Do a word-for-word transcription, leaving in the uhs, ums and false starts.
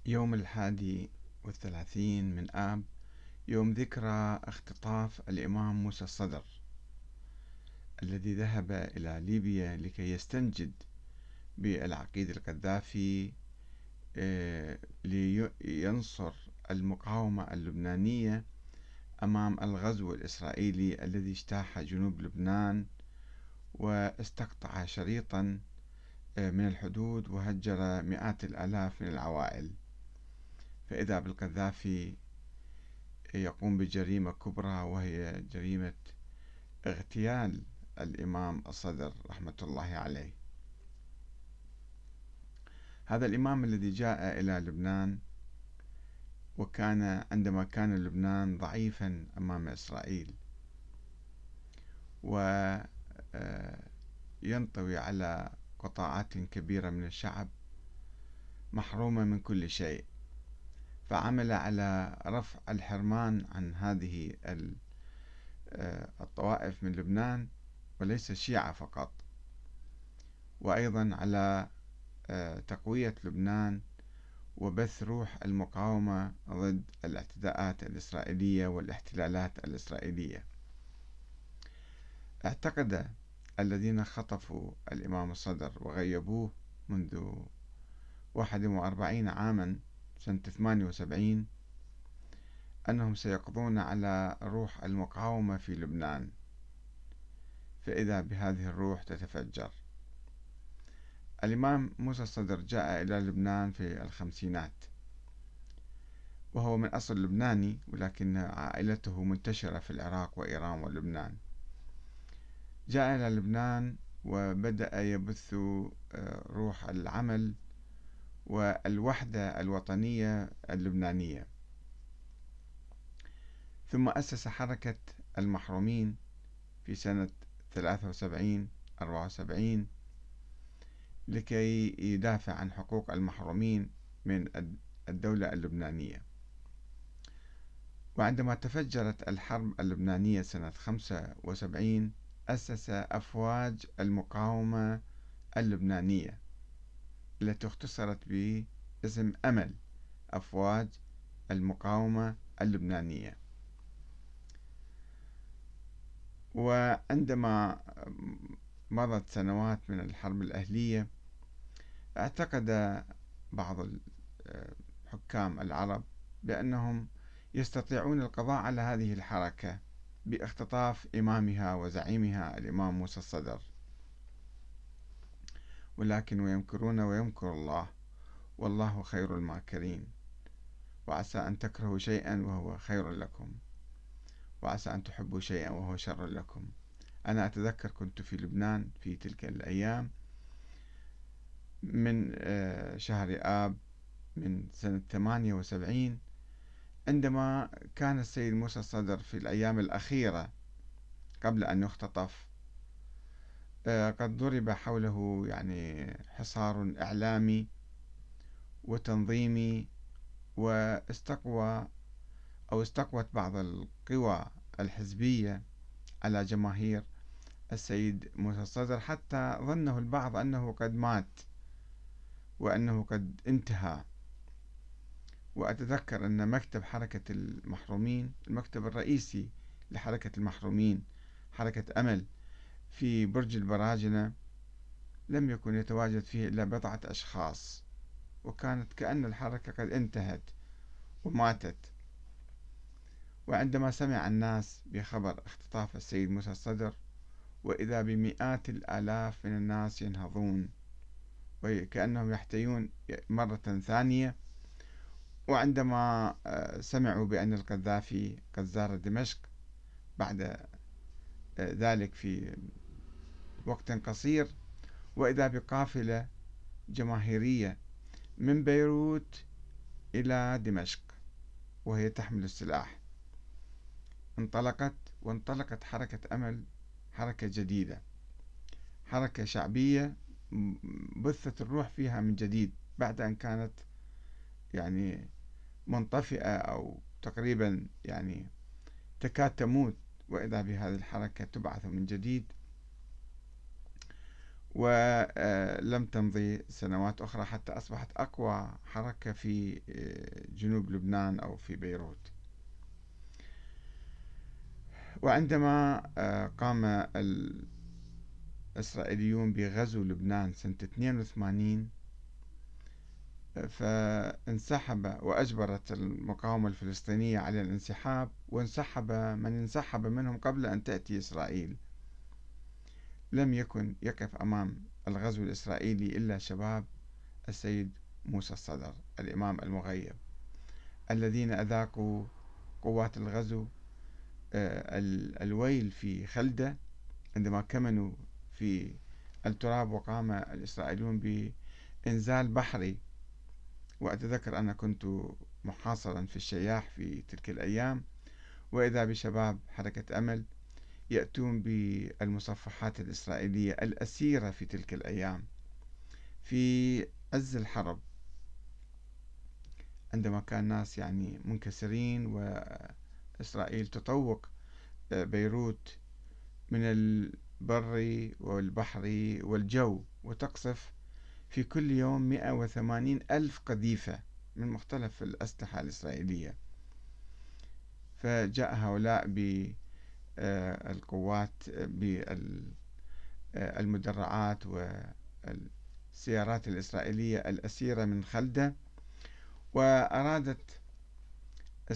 يوم الحادي والثلاثين من آب، يوم ذكرى اختطاف الإمام موسى الصدر الذي ذهب إلى ليبيا لكي يستنجد بالعقيد القذافي آه، لينصر المقاومة اللبنانية أمام الغزو الإسرائيلي الذي اجتاح جنوب لبنان واستقطع شريطا آه، من الحدود وهجر مئات الآلاف من العوائل. فإذا بالقذافي يقوم بجريمة كبرى، وهي جريمة اغتيال الإمام الصدر رحمة الله عليه. هذا الإمام الذي جاء إلى لبنان، وكان عندما كان لبنان ضعيفا أمام إسرائيل وينطوي على قطاعات كبيرة من الشعب محرومة من كل شيء، فعمل على رفع الحرمان عن هذه الطوائف من لبنان، وليس الشيعة فقط، وأيضا على تقوية لبنان وبث روح المقاومة ضد الاعتداءات الإسرائيلية والاحتلالات الإسرائيلية. اعتقد الذين خطفوا الإمام الصدر وغيبوه منذ واحد وأربعين عاما سنة ثمانية وسبعين أنهم سيقضون على روح المقاومة في لبنان، فإذا بهذه الروح تتفجر. الإمام موسى الصدر جاء إلى لبنان في الخمسينات، وهو من أصل لبناني، ولكن عائلته منتشرة في العراق وإيران ولبنان. جاء إلى لبنان وبدأ يبث روح العمل والوحدة الوطنية اللبنانية، ثم أسس حركة المحرومين في سنة ثلاثة وسبعين أربعة وسبعين لكي يدافع عن حقوق المحرومين من الدولة اللبنانية. وعندما تفجرت الحرب اللبنانية سنة خمسة وسبعين أسس أفواج المقاومة اللبنانية التي اختصرت باسم أمل، أفواج المقاومة اللبنانية. وعندما مضت سنوات من الحرب الأهلية، اعتقد بعض الحكام العرب بأنهم يستطيعون القضاء على هذه الحركة باختطاف إمامها وزعيمها الإمام موسى الصدر، ولكن ويمكرون ويمكر الله والله خير الماكرين. وعسى أن تكرهوا شيئا وهو خير لكم، وعسى أن تحبوا شيئا وهو شر لكم. أنا أتذكر كنت في لبنان في تلك الأيام من شهر آب من سنة ثمانية وسبعين، عندما كان السيد موسى الصدر في الأيام الأخيرة قبل أن يختطف قد ضرب حوله يعني حصار إعلامي وتنظيمي، واستقوى أو استقوت بعض القوى الحزبية على جماهير السيد موسى الصدر، حتى ظنه البعض أنه قد مات وأنه قد انتهى. وأتذكر أن مكتب حركة المحرومين، المكتب الرئيسي لحركة المحرومين، حركة أمل، في برج البراجنة، لم يكن يتواجد فيه إلا بضعة أشخاص، وكانت كأن الحركة قد انتهت وماتت. وعندما سمع الناس بخبر اختطاف السيد موسى الصدر، وإذا بمئات الآلاف من الناس ينهضون وكأنهم يحتيون مرة ثانية. وعندما سمعوا بأن القذافي قد زار دمشق بعد ذلك في وقت قصير، وإذا بقافلة جماهيرية من بيروت إلى دمشق وهي تحمل السلاح، انطلقت وانطلقت حركة أمل، حركة جديدة، حركة شعبية بثت الروح فيها من جديد بعد أن كانت يعني منطفئة أو تقريبا يعني تكاد تموت، وإذا بهذه الحركة تبعث من جديد ولم تمضي سنوات أخرى حتى أصبحت أقوى حركة في جنوب لبنان أو في بيروت. وعندما قام الإسرائيليون بغزو لبنان سنة اثنين وثمانين، فانسحب وأجبرت المقاومة الفلسطينية على الانسحاب، وانسحب من انسحب منهم قبل أن تأتي إسرائيل. لم يكن يقف أمام الغزو الإسرائيلي إلا شباب السيد موسى الصدر، الإمام المغيب، الذين أذاقوا قوات الغزو الويل في خلدة عندما كمنوا في التراب، وقام الإسرائيليون بإنزال بحري. وأتذكر أنا كنت محاصرا في الشياح في تلك الأيام، وإذا بشباب حركة أمل يأتون بالمصفحات الإسرائيلية الأسيرة في تلك الأيام في عز الحرب، عندما كان الناس يعني منكسرين، وإسرائيل تطوق بيروت من البر والبحر والجو، وتقصف في كل يوم مئة وثمانين ألف قذيفة من مختلف الأسلحة الإسرائيلية. فجاء هؤلاء بالقوات بالمدرعات والسيارات الإسرائيلية الأسيرة من خلدة، وأرادت